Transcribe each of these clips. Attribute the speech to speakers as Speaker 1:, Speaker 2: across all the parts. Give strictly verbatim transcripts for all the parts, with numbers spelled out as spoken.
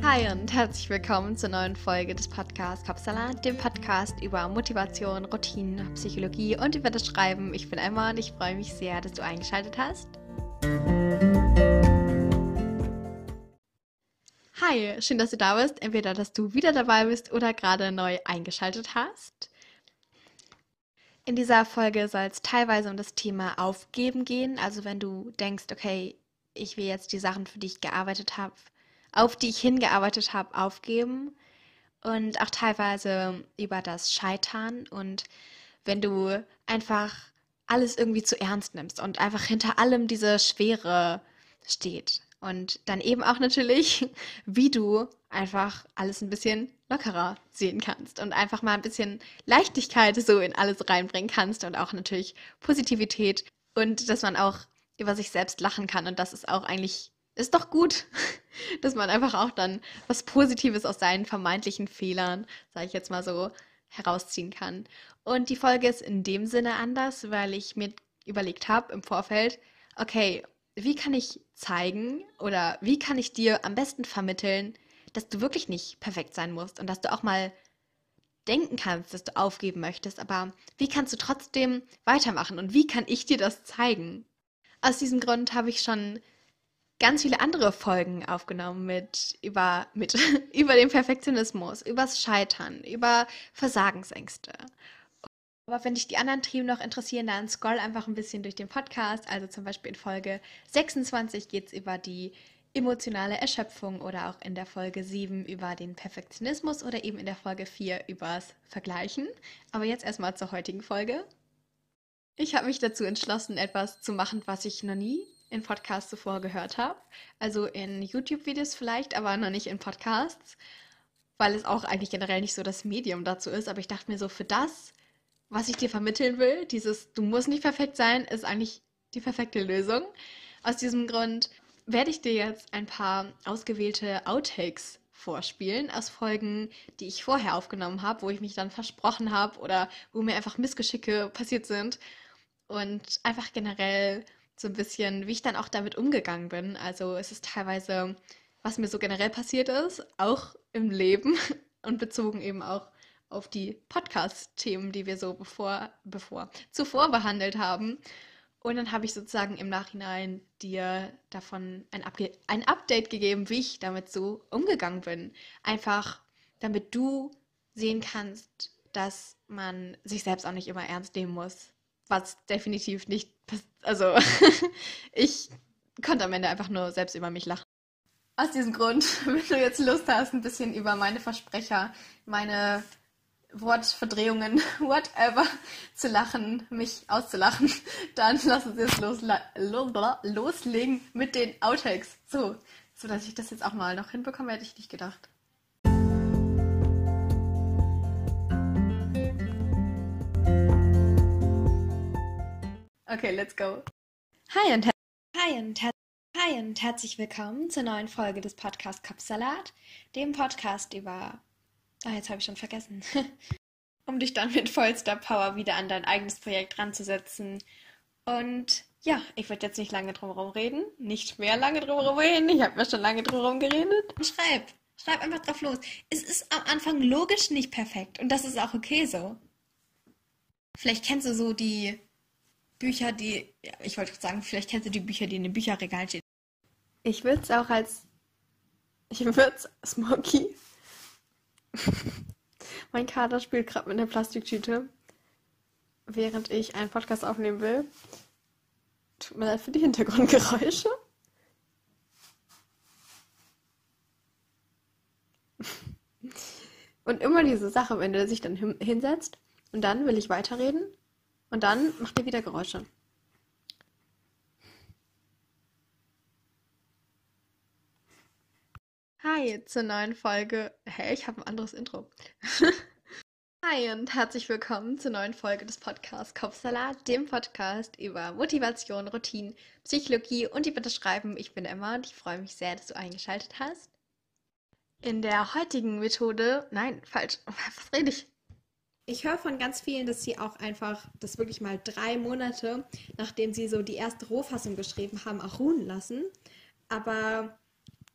Speaker 1: Hi und herzlich willkommen zur neuen Folge des Podcasts Kopfsalat, dem Podcast über Motivation, Routinen, Psychologie und über das Schreiben. Ich bin Emma und ich freue mich sehr, dass du eingeschaltet hast. Hi, schön, dass du da bist. Entweder, dass du wieder dabei bist oder gerade neu eingeschaltet hast. In dieser Folge soll es teilweise um das Thema Aufgeben gehen. Also wenn du denkst, okay, ich will jetzt die Sachen, für die ich gearbeitet habe, auf die ich hingearbeitet habe, aufgeben. Und auch teilweise über das Scheitern. Und wenn du einfach alles irgendwie zu ernst nimmst und einfach hinter allem diese Schwere steht. Und dann eben auch natürlich, wie du einfach alles ein bisschen lockerer sehen kannst und einfach mal ein bisschen Leichtigkeit so in alles reinbringen kannst und auch natürlich Positivität und dass man auch über sich selbst lachen kann. Und das ist auch eigentlich, ist doch gut, dass man einfach auch dann was Positives aus seinen vermeintlichen Fehlern, sage ich jetzt mal so, herausziehen kann. Und die Folge ist in dem Sinne anders, weil ich mir überlegt habe im Vorfeld, okay, wie kann ich zeigen oder wie kann ich dir am besten vermitteln, dass du wirklich nicht perfekt sein musst und dass du auch mal denken kannst, dass du aufgeben möchtest, aber wie kannst du trotzdem weitermachen und wie kann ich dir das zeigen? Aus diesem Grund habe ich schon ganz viele andere Folgen aufgenommen mit über, mit, über den Perfektionismus, übers Scheitern, über Versagensängste. Aber wenn dich die anderen Themen noch interessieren, dann scroll einfach ein bisschen durch den Podcast. Also zum Beispiel in Folge sechsundzwanzig geht es über die emotionale Erschöpfung oder auch in der Folge sieben über den Perfektionismus oder eben in der Folge vier übers Vergleichen. Aber jetzt erstmal zur heutigen Folge. Ich habe mich dazu entschlossen, etwas zu machen, was ich noch nie in Podcasts zuvor gehört habe. Also in YouTube-Videos vielleicht, aber noch nicht in Podcasts, weil es auch eigentlich generell nicht so das Medium dazu ist. Aber ich dachte mir so, für das, was ich dir vermitteln will, dieses Du musst nicht perfekt sein, ist eigentlich die perfekte Lösung. Aus diesem Grund werde ich dir jetzt ein paar ausgewählte Outtakes vorspielen aus Folgen, die ich vorher aufgenommen habe, wo ich mich dann versprochen habe oder wo mir einfach Missgeschicke passiert sind. Und einfach generell so ein bisschen, wie ich dann auch damit umgegangen bin. Also es ist teilweise, was mir so generell passiert ist, auch im Leben und bezogen eben auch auf die Podcast-Themen, die wir so bevor, bevor, zuvor behandelt haben. Und dann habe ich sozusagen im Nachhinein dir davon ein, Upge ein Update gegeben, wie ich damit so umgegangen bin. Einfach, damit du sehen kannst, dass man sich selbst auch nicht immer ernst nehmen muss. Was definitiv nicht, also ich konnte am Ende einfach nur selbst über mich lachen. Aus diesem Grund, wenn du jetzt Lust hast, ein bisschen über meine Versprecher, meine Wortverdrehungen, whatever, zu lachen, mich auszulachen, dann lass uns jetzt losla loslegen mit den Outtakes. So, so dass ich das jetzt auch mal noch hinbekomme, hätte ich nicht gedacht. Okay, let's go. Hi und, her Hi und, her Hi und herzlich willkommen zur neuen Folge des Podcasts Kopfsalat, dem Podcast über... Ah, jetzt habe ich schon vergessen. Um dich dann mit vollster Power wieder an dein eigenes Projekt ranzusetzen. Und ja, ich werde jetzt nicht lange drum herum reden. Nicht mehr lange drum herum reden. Ich habe ja schon lange drum herum geredet. Schreib. Schreib einfach drauf los. Es ist am Anfang logisch nicht perfekt. Und das ist auch okay so. Vielleicht kennst du so die Bücher, die... Ja, ich wollte sagen, vielleicht kennst du die Bücher, die in den Bücherregalen stehen. Ich würde es auch als... Ich würde es... Smokey... Mein Kater spielt gerade mit einer Plastiktüte, während ich einen Podcast aufnehmen will. Tut mir leid für die Hintergrundgeräusche. Und immer diese Sache, wenn der sich dann hinsetzt und dann will ich weiterreden und dann macht er wieder Geräusche. Hi zur neuen Folge. Hä, ich habe ein anderes Intro. Hi und herzlich willkommen zur neuen Folge des Podcasts Kopfsalat, dem Podcast über Motivation, Routinen, Psychologie und über das Schreiben. Ich bin Emma und ich freue mich sehr, dass du eingeschaltet hast. In der heutigen Methode, nein, falsch, was rede ich? Ich höre von ganz vielen, dass sie auch einfach das wirklich mal drei Monate, nachdem sie so die erste Rohfassung geschrieben haben, auch ruhen lassen. Aber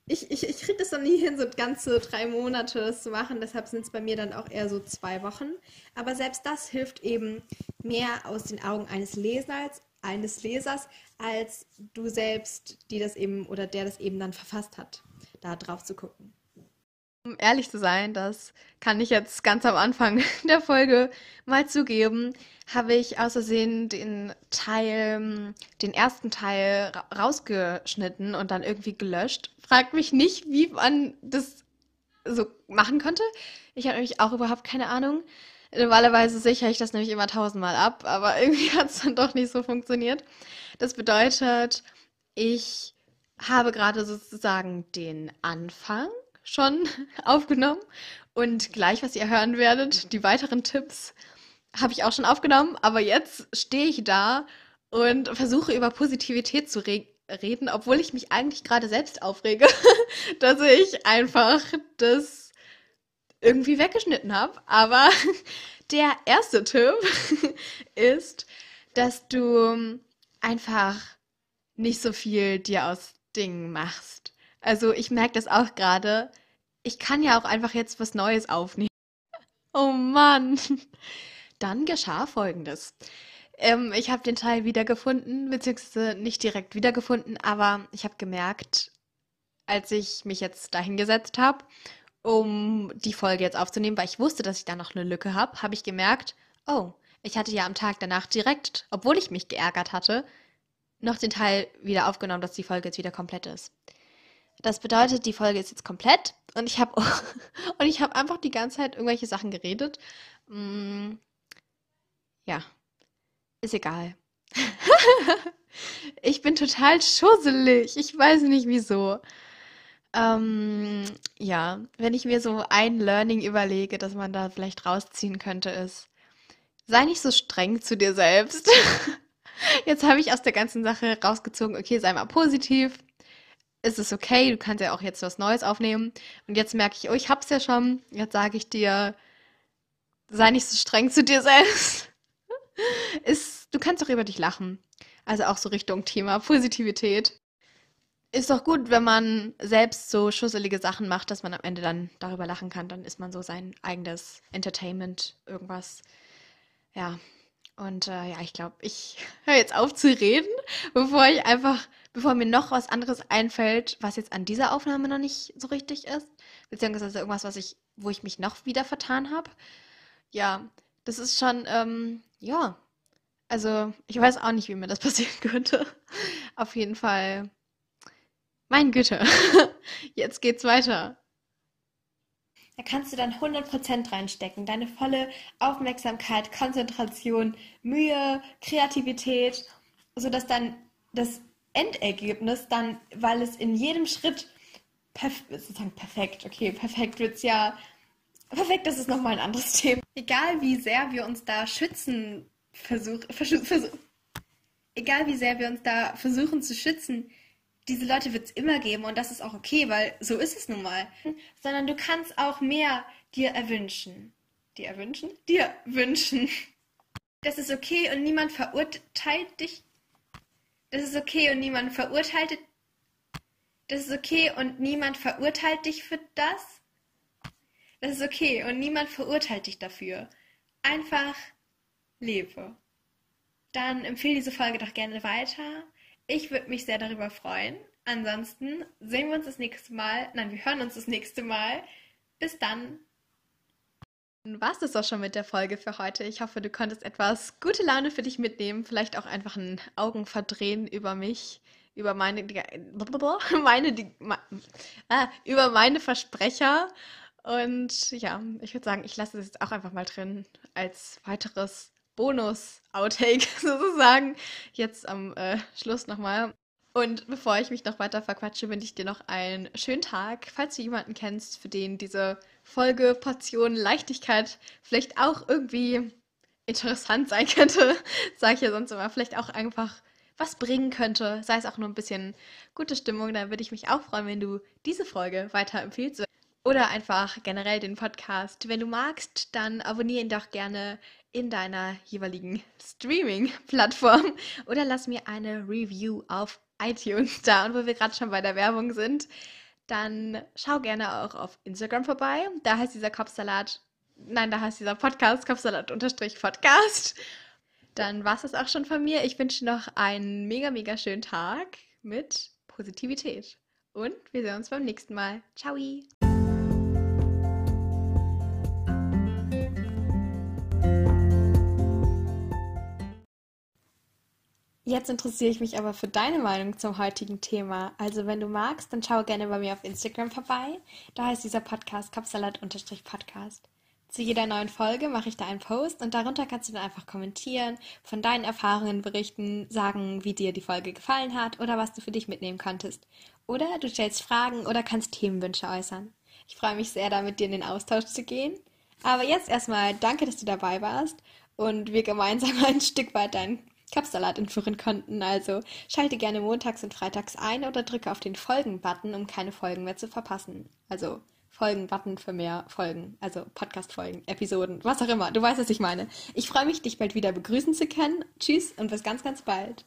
Speaker 2: ich, ich, ich kriege das noch nie hin, so ganze drei Monate das zu machen. Deshalb sind es bei mir dann auch eher so zwei Wochen. Aber selbst das hilft eben mehr aus den Augen eines Lesers, eines Lesers, als du selbst, die das eben oder der das eben dann verfasst hat, da drauf zu gucken.
Speaker 1: Um ehrlich zu sein, das kann ich jetzt ganz am Anfang der Folge mal zugeben, habe ich aus Versehen den Teil, den ersten Teil ra rausgeschnitten und dann irgendwie gelöscht. Fragt mich nicht, wie man das so machen konnte. Ich habe nämlich auch überhaupt keine Ahnung. Normalerweise sichere ich das nämlich immer tausendmal ab, aber irgendwie hat es dann doch nicht so funktioniert. Das bedeutet, ich habe gerade sozusagen den Anfang schon aufgenommen und gleich, was ihr hören werdet, die weiteren Tipps habe ich auch schon aufgenommen, aber jetzt stehe ich da und versuche über Positivität zu re reden, obwohl ich mich eigentlich gerade selbst aufrege, dass ich einfach das irgendwie weggeschnitten habe. Aber der erste Tipp ist, dass du einfach nicht so viel dir aus Dingen machst. Also ich merke das auch gerade. Ich kann ja auch einfach jetzt was Neues aufnehmen. Oh Mann. Dann geschah Folgendes. Ähm, ich habe den Teil wiedergefunden, beziehungsweise nicht direkt wiedergefunden, aber ich habe gemerkt, als ich mich jetzt dahingesetzt habe, um die Folge jetzt aufzunehmen, weil ich wusste, dass ich da noch eine Lücke habe, habe ich gemerkt, oh, ich hatte ja am Tag danach direkt, obwohl ich mich geärgert hatte, noch den Teil wieder aufgenommen, dass die Folge jetzt wieder komplett ist. Das bedeutet, die Folge ist jetzt komplett und ich habe und ich habe einfach die ganze Zeit irgendwelche Sachen geredet. Mm, ja, ist egal. Ich bin total schusselig. Ich weiß nicht wieso. Ähm, ja, wenn ich mir so ein Learning überlege, das man da vielleicht rausziehen könnte, ist, sei nicht so streng zu dir selbst. Jetzt habe ich aus der ganzen Sache rausgezogen, okay, sei mal positiv. Es ist okay, du kannst ja auch jetzt was Neues aufnehmen. Und jetzt merke ich, oh, ich hab's ja schon. Jetzt sage ich dir, sei nicht so streng zu dir selbst. Ist, du kannst doch über dich lachen. Also auch so Richtung Thema Positivität. Ist doch gut, wenn man selbst so schusselige Sachen macht, dass man am Ende dann darüber lachen kann. Dann ist man so sein eigenes Entertainment, irgendwas. Ja, und äh, ja, ich glaube, ich höre jetzt auf zu reden, bevor ich einfach, bevor mir noch was anderes einfällt, was jetzt an dieser Aufnahme noch nicht so richtig ist, beziehungsweise irgendwas, was ich, wo ich mich noch wieder vertan habe. Ja, das ist schon, ähm, ja, also ich weiß auch nicht, wie mir das passieren könnte. Auf jeden Fall, mein Güte, jetzt geht's weiter.
Speaker 2: Da kannst du dann hundert Prozent reinstecken. Deine volle Aufmerksamkeit, Konzentration, Mühe, Kreativität, sodass dann das Endergebnis dann, weil es in jedem Schritt perf sozusagen perfekt, okay, perfekt wird's ja. Perfekt, das ist nochmal ein anderes Thema. Egal wie sehr wir uns da schützen, versuch, versuch, versuch, egal wie sehr wir uns da versuchen zu schützen, diese Leute wird es immer geben und das ist auch okay, weil so ist es nun mal. Sondern du kannst auch mehr dir erwünschen. Dir erwünschen? Dir wünschen. Das ist okay und niemand verurteilt dich. Das ist okay und niemand verurteilt. Das ist okay und niemand verurteilt dich für das. Das ist okay und niemand verurteilt dich dafür. Einfach lebe. Dann empfehle diese Folge doch gerne weiter. Ich würde mich sehr darüber freuen. Ansonsten sehen wir uns das nächste Mal. Nein, wir hören uns das nächste Mal. Bis dann.
Speaker 1: Dann war's das auch schon mit der Folge für heute. Ich hoffe, du konntest etwas gute Laune für dich mitnehmen. Vielleicht auch einfach ein Augenverdrehen über mich, über meine, die- meine, die, ma- ah, über meine Versprecher. Und ja, ich würde sagen, ich lasse es jetzt auch einfach mal drin als weiteres Bonus-Outtake sozusagen. Jetzt am äh, Schluss nochmal. Und bevor ich mich noch weiter verquatsche, wünsche ich dir noch einen schönen Tag. Falls du jemanden kennst, für den diese Folge Portion Leichtigkeit vielleicht auch irgendwie interessant sein könnte, sage ich ja sonst immer, vielleicht auch einfach was bringen könnte, sei es auch nur ein bisschen gute Stimmung, dann würde ich mich auch freuen, wenn du diese Folge weiterempfiehlst. Oder einfach generell den Podcast. Wenn du magst, dann abonniere ihn doch gerne in deiner jeweiligen Streaming-Plattform oder lass mir eine Review auf iTunes da. Und wo wir gerade schon bei der Werbung sind, dann schau gerne auch auf Instagram vorbei. Da heißt dieser Kopfsalat, nein, da heißt dieser Podcast Kopfsalat-Podcast. Dann war es das auch schon von mir. Ich wünsche noch einen mega, mega schönen Tag mit Positivität. Und wir sehen uns beim nächsten Mal. Ciao! Jetzt interessiere ich mich aber für deine Meinung zum heutigen Thema. Also wenn du magst, dann schau gerne bei mir auf Instagram vorbei. Da heißt dieser Podcast Kopfsalat-Podcast. Zu jeder neuen Folge mache ich da einen Post und darunter kannst du dann einfach kommentieren, von deinen Erfahrungen berichten, sagen, wie dir die Folge gefallen hat oder was du für dich mitnehmen konntest. Oder du stellst Fragen oder kannst Themenwünsche äußern. Ich freue mich sehr, da mit dir in den Austausch zu gehen. Aber jetzt erstmal danke, dass du dabei warst und wir gemeinsam ein Stück weit deinen Kopfsalat entführen konnten. Also schalte gerne montags und freitags ein oder drücke auf den Folgen-Button, um keine Folgen mehr zu verpassen. Also Folgen-Button für mehr Folgen, also Podcast-Folgen, Episoden, was auch immer. Du weißt, was ich meine. Ich freue mich, dich bald wieder begrüßen zu können. Tschüss und bis ganz, ganz bald.